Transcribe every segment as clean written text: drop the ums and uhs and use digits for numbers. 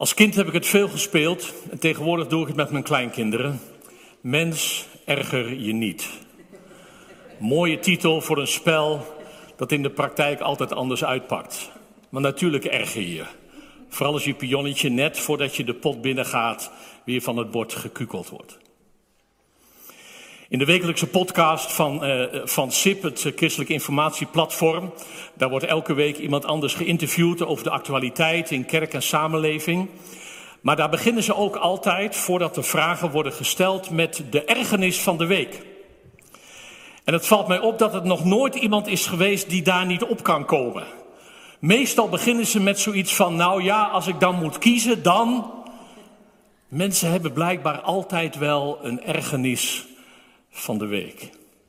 Als kind heb ik het veel gespeeld en tegenwoordig doe ik het met mijn kleinkinderen. Mens, erger je niet. Mooie titel voor een spel dat in de praktijk altijd anders uitpakt. Maar natuurlijk erger je. Vooral als je pionnetje net voordat je de pot binnengaat weer van het bord gekukeld wordt. In de wekelijkse podcast van SIP, het Christelijk Informatieplatform, daar wordt elke week iemand anders geïnterviewd over de actualiteit in kerk en samenleving. Maar daar beginnen ze ook altijd, voordat de vragen worden gesteld, met de ergernis van de week. En het valt mij op dat het nog nooit iemand is geweest die daar niet op kan komen. Meestal beginnen ze met zoiets van, nou ja, als ik dan moet kiezen, dan... Mensen hebben blijkbaar altijd wel een ergernis van de week.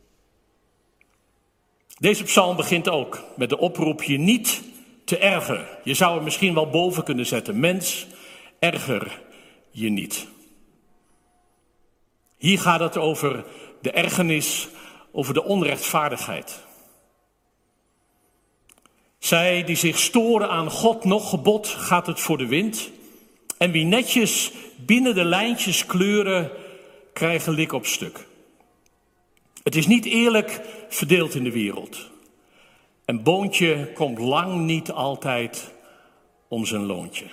Deze psalm begint ook met de oproep je niet te ergeren. Je zou er misschien wel boven kunnen zetten. Mens, erger je niet. Hier gaat het over de ergernis, over de onrechtvaardigheid. Zij die zich storen aan God noch gebod, gaat het voor de wind. En wie netjes binnen de lijntjes kleuren, krijgen lik op stuk. Het is niet eerlijk verdeeld in de wereld. En boontje komt lang niet altijd om zijn loontje.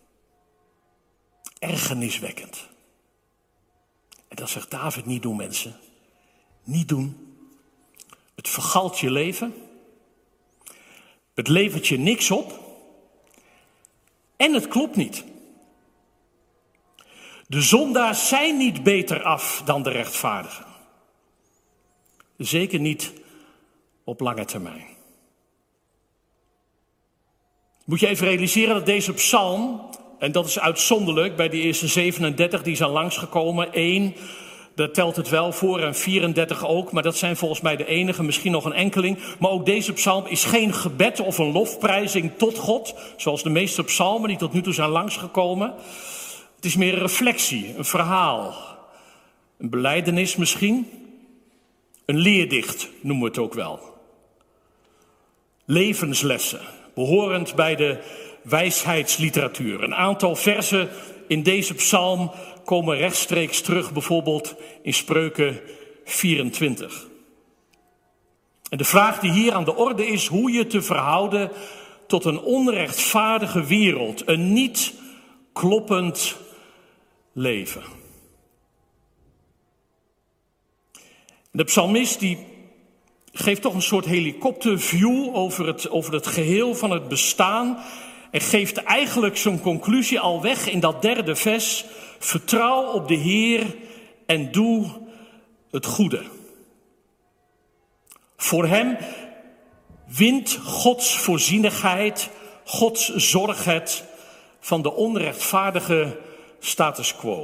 Ergerniswekkend. En dat zegt David, niet doen mensen. Niet doen. Het vergalt je leven. Het levert je niks op. En het klopt niet. De zondaars zijn niet beter af dan de rechtvaardigen. Zeker niet op lange termijn. Moet je even realiseren dat deze psalm, en dat is uitzonderlijk bij de eerste 37 die zijn langsgekomen, 1, daar telt het wel voor en 34 ook, maar dat zijn volgens mij de enige, misschien nog een enkeling. Maar ook deze psalm is geen gebed of een lofprijzing tot God, zoals de meeste psalmen die tot nu toe zijn langsgekomen. Het is meer een reflectie, een verhaal, een belijdenis misschien. Een leerdicht noemen we het ook wel. Levenslessen, behorend bij de wijsheidsliteratuur. Een aantal versen in deze psalm komen rechtstreeks terug, bijvoorbeeld in Spreuken 24. En de vraag die hier aan de orde is hoe je te verhouden tot een onrechtvaardige wereld, een niet kloppend leven. De psalmist die geeft toch een soort helikopterview over het geheel van het bestaan. En geeft eigenlijk zijn conclusie al weg in dat 3e vers. Vertrouw op de Heer en doe het goede. Voor hem wint Gods voorzienigheid, Gods zorg het van de onrechtvaardige status quo.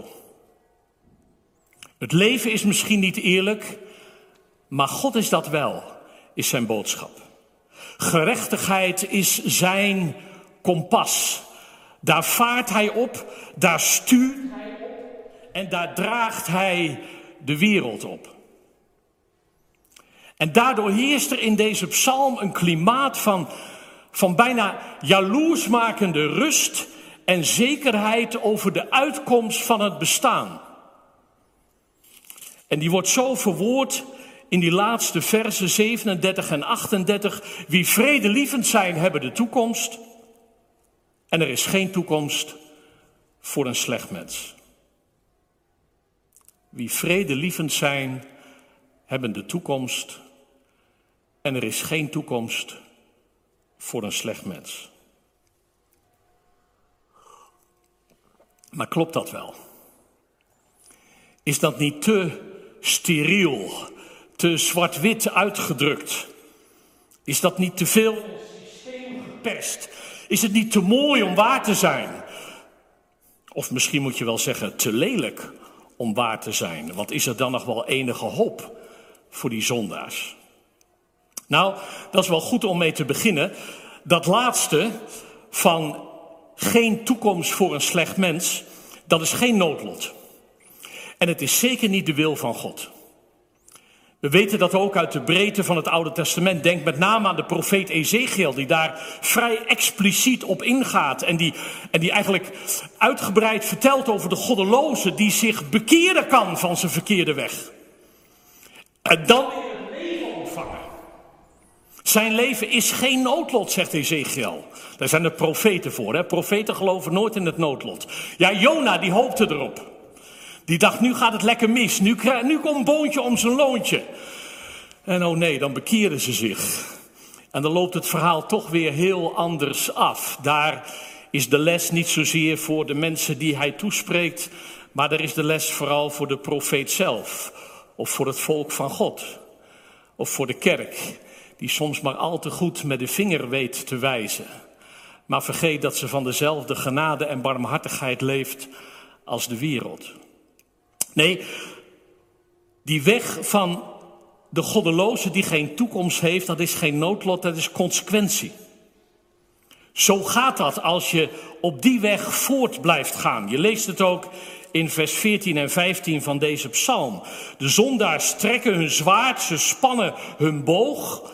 Het leven is misschien niet eerlijk, maar God is dat wel, is zijn boodschap. Gerechtigheid is zijn kompas. Daar vaart hij op, daar stuurt hij op en daar draagt hij de wereld op. En daardoor heerst er in deze psalm een klimaat van bijna jaloersmakende rust en zekerheid over de uitkomst van het bestaan. En die wordt zo verwoord in die laatste versen 37 en 38. Wie vredelievend zijn, hebben de toekomst. En er is geen toekomst voor een slecht mens. Wie vredelievend zijn, hebben de toekomst. En er is geen toekomst voor een slecht mens. Maar klopt dat wel? Is dat niet te steriel, te zwart-wit uitgedrukt? Is dat niet te veel systeem geperst? Is het niet te mooi om waar te zijn? Of misschien moet je wel zeggen te lelijk om waar te zijn. Want is er dan nog wel enige hoop voor die zondaars? Nou, dat is wel goed om mee te beginnen. Dat laatste van geen toekomst voor een slecht mens, dat is geen noodlot. En het is zeker niet de wil van God. We weten dat ook uit de breedte van het Oude Testament. Denk met name aan de profeet Ezechiel, die daar vrij expliciet op ingaat. En die eigenlijk uitgebreid vertelt over de goddeloze die zich bekeren kan van zijn verkeerde weg. En dan weer het leven ontvangen. Zijn leven is geen noodlot, zegt Ezechiel. Daar zijn de profeten voor. Hè? Profeten geloven nooit in het noodlot. Ja, Jona die hoopte erop. Die dacht, nu gaat het lekker mis. Nu komt een boontje om zijn loontje. En oh nee, dan bekeren ze zich. En dan loopt het verhaal toch weer heel anders af. Daar is de les niet zozeer voor de mensen die hij toespreekt. Maar daar is de les vooral voor de profeet zelf. Of voor het volk van God. Of voor de kerk. Die soms maar al te goed met de vinger weet te wijzen. Maar vergeet dat ze van dezelfde genade en barmhartigheid leeft als de wereld. Nee, die weg van de goddeloze die geen toekomst heeft, dat is geen noodlot, dat is consequentie. Zo gaat dat als je op die weg voort blijft gaan. Je leest het ook in vers 14 en 15 van deze psalm. De zondaars trekken hun zwaard, ze spannen hun boog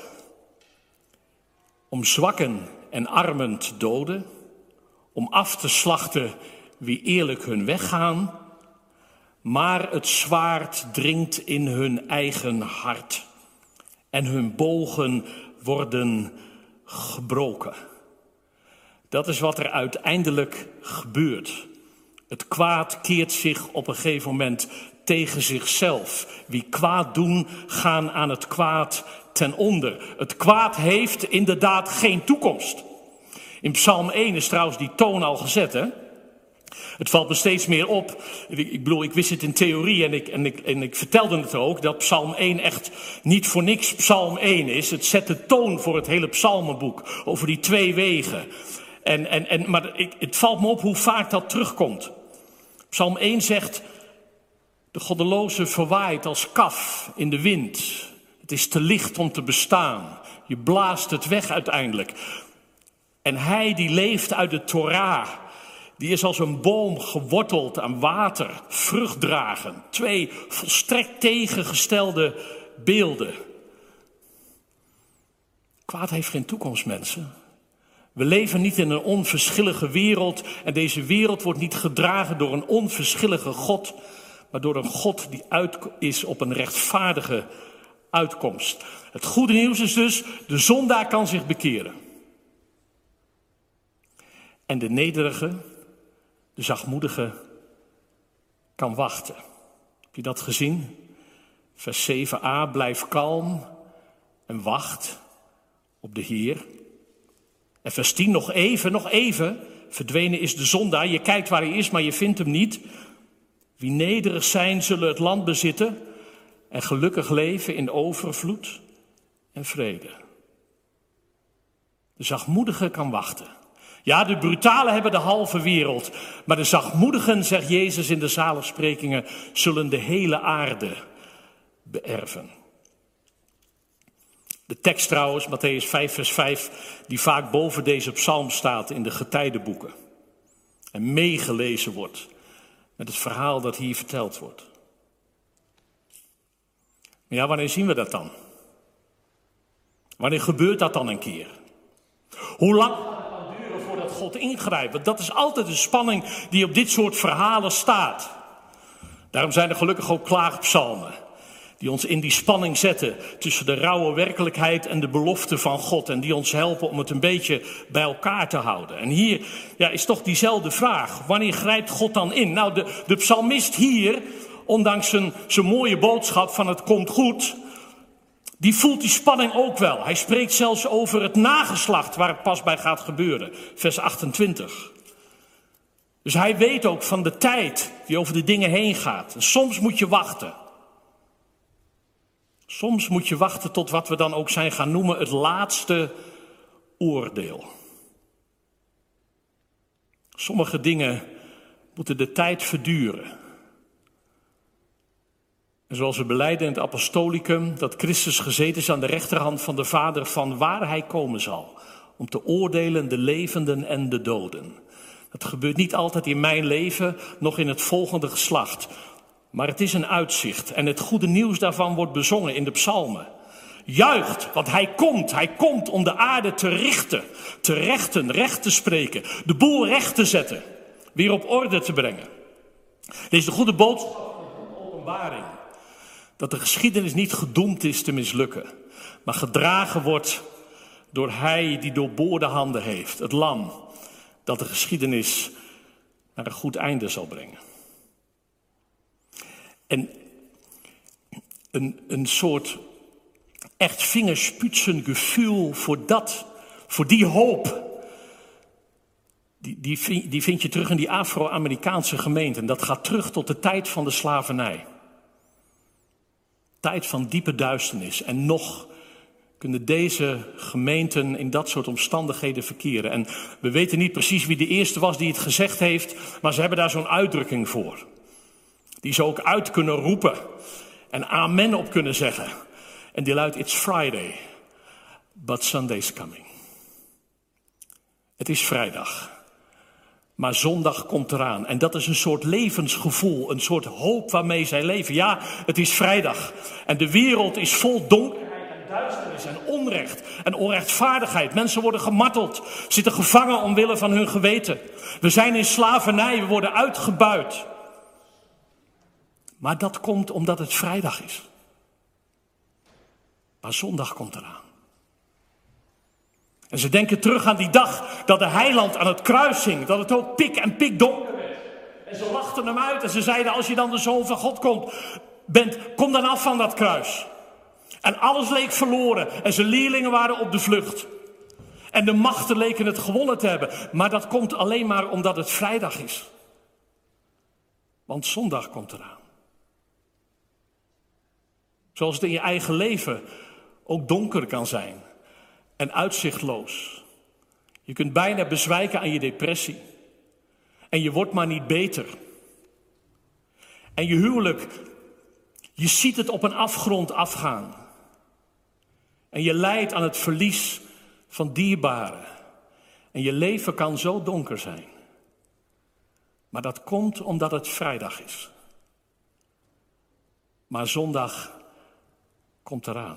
om zwakken en armen te doden, om af te slachten wie eerlijk hun weg gaan. Maar het zwaard dringt in hun eigen hart en hun bogen worden gebroken. Dat is wat er uiteindelijk gebeurt. Het kwaad keert zich op een gegeven moment tegen zichzelf. Wie kwaad doen, gaan aan het kwaad ten onder. Het kwaad heeft inderdaad geen toekomst. In Psalm 1 is trouwens die toon al gezet, hè? Het valt me steeds meer op. Ik wist het in theorie en ik vertelde het ook, dat Psalm 1 echt niet voor niks Psalm 1 is. Het zet de toon voor het hele psalmenboek, over die twee wegen. Maar het valt me op hoe vaak dat terugkomt. Psalm 1 zegt, de goddeloze verwaait als kaf in de wind. Het is te licht om te bestaan. Je blaast het weg uiteindelijk. En hij die leeft uit de Torah, die is als een boom geworteld aan water, vruchtdragen. Twee volstrekt tegengestelde beelden. Kwaad heeft geen toekomst, mensen. We leven niet in een onverschillige wereld en deze wereld wordt niet gedragen door een onverschillige God, maar door een God die uit is op een rechtvaardige uitkomst. Het goede nieuws is dus, de zondaar kan zich bekeren. En de nederige, de zachtmoedige, kan wachten. Heb je dat gezien? Vers 7a, blijf kalm en wacht op de Heer. En vers 10, nog even, verdwenen is de zondaar. Je kijkt waar hij is, maar je vindt hem niet. Wie nederig zijn, zullen het land bezitten en gelukkig leven in overvloed en vrede. De zachtmoedige kan wachten. Ja, de brutalen hebben de halve wereld, maar de zachtmoedigen, zegt Jezus in de zaligsprekingen, zullen de hele aarde beërven. De tekst trouwens, Mattheüs 5 vers 5, die vaak boven deze psalm staat in de getijdenboeken. En meegelezen wordt met het verhaal dat hier verteld wordt. Maar ja, wanneer zien we dat dan? Wanneer gebeurt dat dan een keer? Hoe lang gaat het dan duren voordat God ingrijpt? Want dat is altijd de spanning die op dit soort verhalen staat. Daarom zijn er gelukkig ook klaagpsalmen. Die ons in die spanning zetten tussen de rauwe werkelijkheid en de belofte van God. En die ons helpen om het een beetje bij elkaar te houden. En hier is toch diezelfde vraag. Wanneer grijpt God dan in? Nou, de psalmist hier, ondanks zijn mooie boodschap van het komt goed, die voelt die spanning ook wel. Hij spreekt zelfs over het nageslacht waar het pas bij gaat gebeuren. Vers 28. Dus hij weet ook van de tijd die over de dingen heen gaat. En soms moet je wachten. Soms moet je wachten tot wat we dan ook zijn gaan noemen het laatste oordeel. Sommige dingen moeten de tijd verduren. En zoals we belijden in het apostolicum, dat Christus gezeten is aan de rechterhand van de Vader, van waar hij komen zal. Om te oordelen de levenden en de doden. Dat gebeurt niet altijd in mijn leven, nog in het volgende geslacht. Maar het is een uitzicht en het goede nieuws daarvan wordt bezongen in de psalmen. Juicht, want hij komt om de aarde te richten, te rechten, recht te spreken, de boel recht te zetten, weer op orde te brengen. Dit is de goede boodschap van de openbaring, dat de geschiedenis niet gedoemd is te mislukken, maar gedragen wordt door hij die doorboorde handen heeft, het lam, dat de geschiedenis naar een goed einde zal brengen. En een soort echt vingerspitsengevoel voor die hoop, die vind je terug in die Afro-Amerikaanse gemeenten. Dat gaat terug tot de tijd van de slavernij. Tijd van diepe duisternis. En nog kunnen deze gemeenten in dat soort omstandigheden verkeren. En we weten niet precies wie de eerste was die het gezegd heeft, maar ze hebben daar zo'n uitdrukking voor. Die ze ook uit kunnen roepen en amen op kunnen zeggen. En die luidt, it's Friday, but Sunday's coming. Het is vrijdag, maar zondag komt eraan. En dat is een soort levensgevoel, een soort hoop waarmee zij leven. Ja, het is vrijdag en de wereld is vol donkerheid en duisternis en onrecht en onrechtvaardigheid. Mensen worden gemarteld, zitten gevangen omwille van hun geweten. We zijn in slavernij, we worden uitgebuit. Maar dat komt omdat het vrijdag is. Maar zondag komt eraan. En ze denken terug aan die dag dat de heiland aan het kruis hing. Dat het ook pikdonker werd. En ze lachten hem uit en ze zeiden, als je dan de Zoon van God bent, kom dan af van dat kruis. En alles leek verloren en zijn leerlingen waren op de vlucht. En de machten leken het gewonnen te hebben. Maar dat komt alleen maar omdat het vrijdag is. Want zondag komt eraan. Zoals het in je eigen leven ook donker kan zijn en uitzichtloos. Je kunt bijna bezwijken aan je depressie. En je wordt maar niet beter. En je huwelijk, je ziet het op een afgrond afgaan. En je lijdt aan het verlies van dierbaren. En je leven kan zo donker zijn. Maar dat komt omdat het vrijdag is. Maar zondag komt eraan.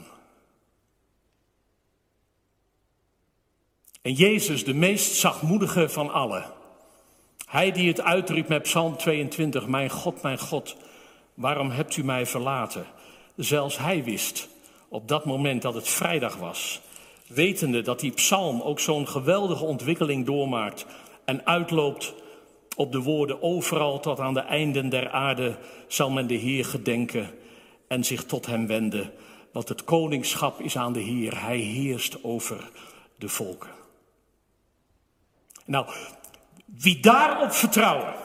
En Jezus, de meest zachtmoedige van allen. Hij die het uitriep met Psalm 22. Mijn God, waarom hebt u mij verlaten? Zelfs hij wist op dat moment dat het vrijdag was. Wetende dat die psalm ook zo'n geweldige ontwikkeling doormaakt. En uitloopt op de woorden overal tot aan de einden der aarde zal men de Heer gedenken en zich tot hem wenden. Want het koningschap is aan de Heer. Hij heerst over de volken. Nou, wie daarop vertrouwen,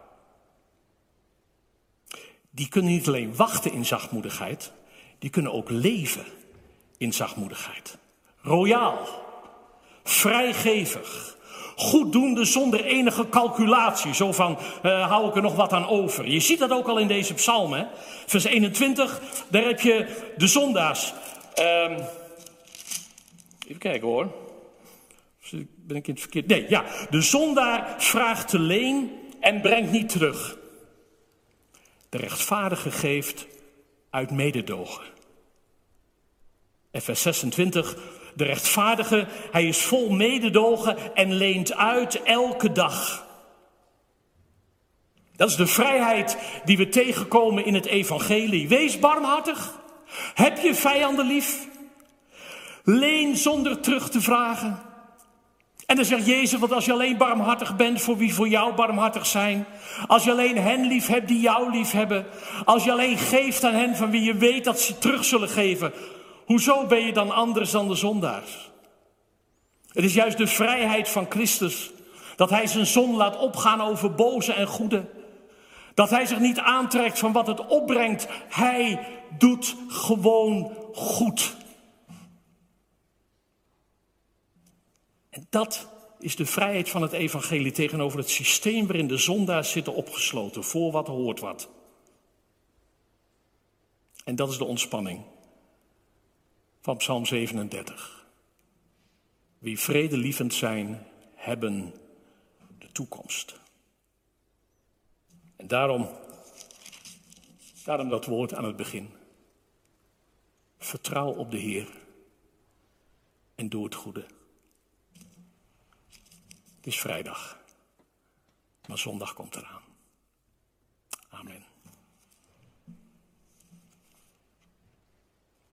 die kunnen niet alleen wachten in zachtmoedigheid, die kunnen ook leven in zachtmoedigheid. Royaal, vrijgevig, goeddoende zonder enige calculatie. Zo van, hou ik er nog wat aan over. Je ziet dat ook al in deze psalm, hè? Vers 21, daar heb je de zondaars. Even kijken hoor. Ben ik in het verkeerd? Nee, ja. De zondaar vraagt te leen en brengt niet terug. De rechtvaardige geeft uit mededogen. En vers 26, de rechtvaardige, hij is vol mededogen en leent uit elke dag. Dat is de vrijheid die we tegenkomen in het evangelie. Wees barmhartig. Heb je vijanden lief. Leen zonder terug te vragen. En dan zegt Jezus, want als je alleen barmhartig bent voor wie voor jou barmhartig zijn. Als je alleen hen lief hebt die jou lief hebben. Als je alleen geeft aan hen van wie je weet dat ze terug zullen geven. Hoezo ben je dan anders dan de zondaars? Het is juist de vrijheid van Christus. Dat hij zijn zon laat opgaan over boze en goede. Dat hij zich niet aantrekt van wat het opbrengt. Hij doet gewoon goed. En dat is de vrijheid van het evangelie tegenover het systeem waarin de zondaars zitten opgesloten. Voor wat hoort wat. En dat is de ontspanning van Psalm 37. Wie vredelievend zijn, hebben de toekomst. En daarom Daarom dat woord aan het begin. Vertrouw op de Heer en doe het goede. Het is vrijdag, maar zondag komt eraan. Amen.